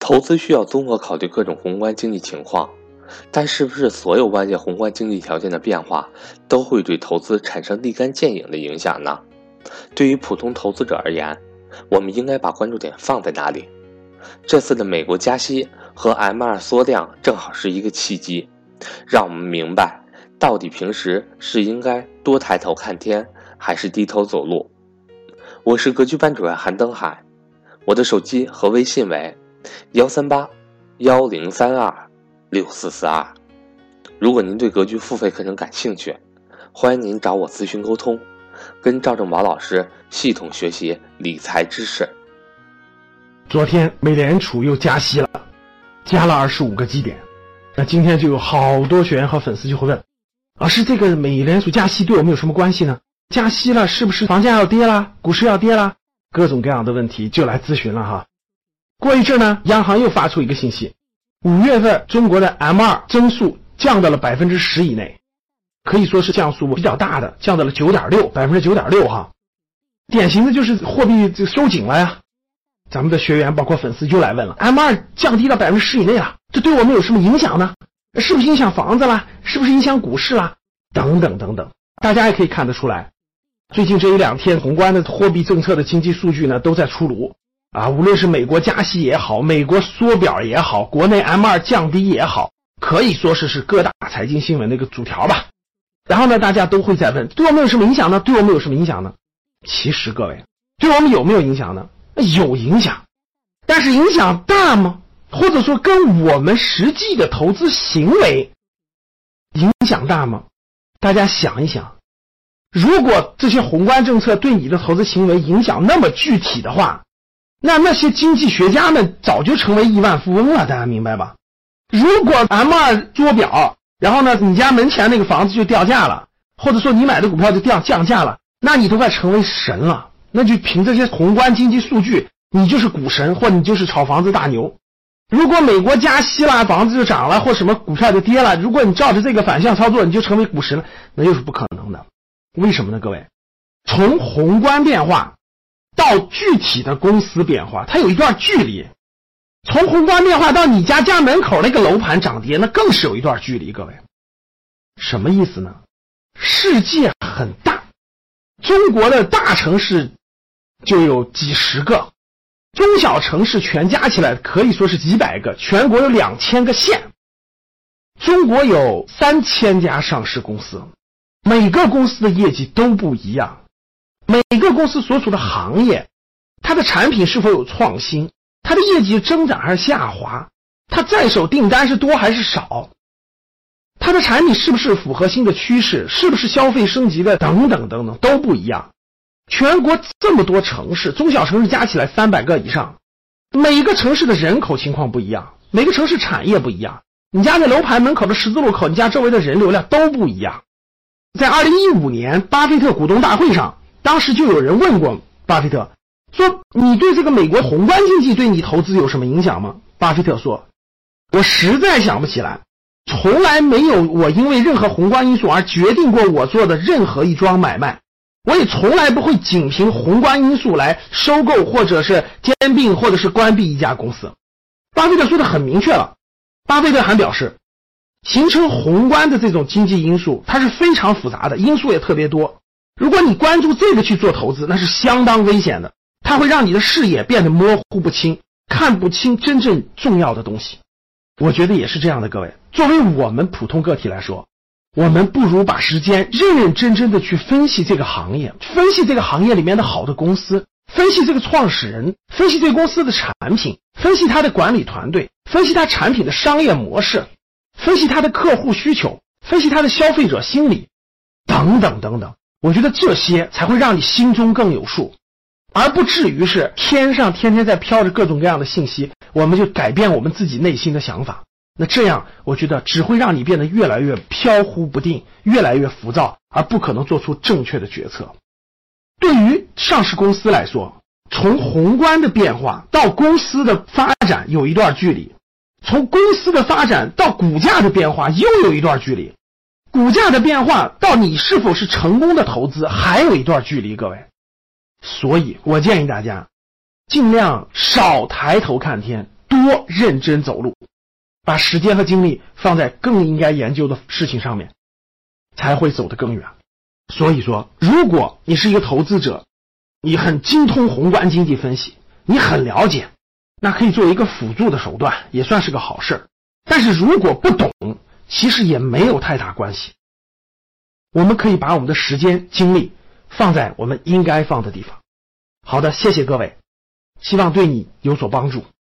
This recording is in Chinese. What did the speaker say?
投资需要综合考虑各种宏观经济情况，但是不是所有外界宏观经济条件的变化都会对投资产生立竿见影的影响呢？对于普通投资者而言，我们应该把关注点放在哪里？这次的美国加息和 M2 缩量正好是一个契机，让我们明白到底平时是应该多抬头看天还是低头走路。我是格局班主任韩登海，我的手机和微信为13810326442。如果您对格局付费课程感兴趣，欢迎您找我咨询沟通，跟赵正宝老师系统学习理财知识。 昨天美联储又加息了，加了25个基点。那今天就有好多学员和粉丝就会问，老师，这个美联储加息对我们有什么关系呢？加息了是不是房价要跌了，股市要跌了？各种各样的问题就来咨询了哈。过一阵呢，央行又发出一个信息，5月份中国的 M2 增速降到了10%以内，可以说是降速比较大的，降到了9.6%哈。典型的就是货币就收紧了呀。咱们的学员包括粉丝就来问了， M2 降低到10%以内了，这对我们有什么影响呢？是不是影响房子啦？是不是影响股市啦？等等等等。大家也可以看得出来，最近这一两天宏观的货币政策的经济数据呢都在出炉啊，无论是美国加息也好，美国缩表也好，国内 M2 降低也好，可以说是各大财经新闻的一个主条吧。然后呢，大家都会在问，对我们有什么影响呢？对我们有什么影响呢？其实各位，对我们有没有影响呢？有影响，但是影响大吗？或者说跟我们实际的投资行为影响大吗？大家想一想，如果这些宏观政策对你的投资行为影响那么具体的话，那些经济学家们早就成为亿万富翁了，大家明白吧？如果 M2 缩表，然后呢你家门前那个房子就掉价了，或者说你买的股票就降价了，那你都快成为神了，那就凭这些宏观经济数据，你就是股神，或你就是炒房子大牛。如果美国加息了，房子就涨了，或什么股票就跌了，如果你照着这个反向操作，你就成为股神了，那又是不可能的。为什么呢？各位，从宏观变化到具体的公司变化，它有一段距离。从宏观变化到你家门口那个楼盘涨跌，那更是有一段距离。各位，什么意思呢？世界很大，中国的大城市就有几十个，中小城市全加起来可以说是几百个，全国有2000个县，中国有3000家上市公司，每个公司的业绩都不一样，每个公司所处的行业，它的产品是否有创新，它的业绩增长还是下滑，它在手订单是多还是少，它的产品是不是符合新的趋势，是不是消费升级的等等等等都不一样。全国这么多城市，中小城市加起来300个以上，每个城市的人口情况不一样，每个城市产业不一样，你家在楼盘门口的十字路口，你家周围的人流量都不一样。在2015年巴菲特股东大会上，当时就有人问过巴菲特说，你对这个美国宏观经济对你投资有什么影响吗？巴菲特说，我实在想不起来，从来没有我因为任何宏观因素而决定过我做的任何一桩买卖，我也从来不会仅凭宏观因素来收购或者是兼并或者是关闭一家公司。巴菲特说的很明确了，巴菲特还表示，形成宏观的这种经济因素它是非常复杂的，因素也特别多，如果你关注这个去做投资，那是相当危险的，它会让你的视野变得模糊不清，看不清真正重要的东西。我觉得也是这样的，各位，作为我们普通个体来说，我们不如把时间认认真真的去分析这个行业，分析这个行业里面的好的公司，分析这个创始人，分析这个公司的产品，分析他的管理团队，分析他产品的商业模式，分析他的客户需求，分析他的消费者心理，等等等等。我觉得这些才会让你心中更有数，而不至于是天上天天在飘着各种各样的信息，我们就改变我们自己内心的想法。那这样我觉得只会让你变得越来越飘忽不定，越来越浮躁，而不可能做出正确的决策。对于上市公司来说，从宏观的变化到公司的发展有一段距离，从公司的发展到股价的变化又有一段距离，股价的变化到你是否是成功的投资还有一段距离，各位。所以我建议大家尽量少抬头看天， 多认真走路，把时间和精力放在更应该研究的事情上面，才会走得更远。所以说，如果你是一个投资者，你很精通宏观经济分析，你很了解，那可以作为一个辅助的手段，也算是个好事。但是如果不懂，其实也没有太大关系。我们可以把我们的时间精力放在我们应该放的地方。好的，谢谢各位，希望对你有所帮助。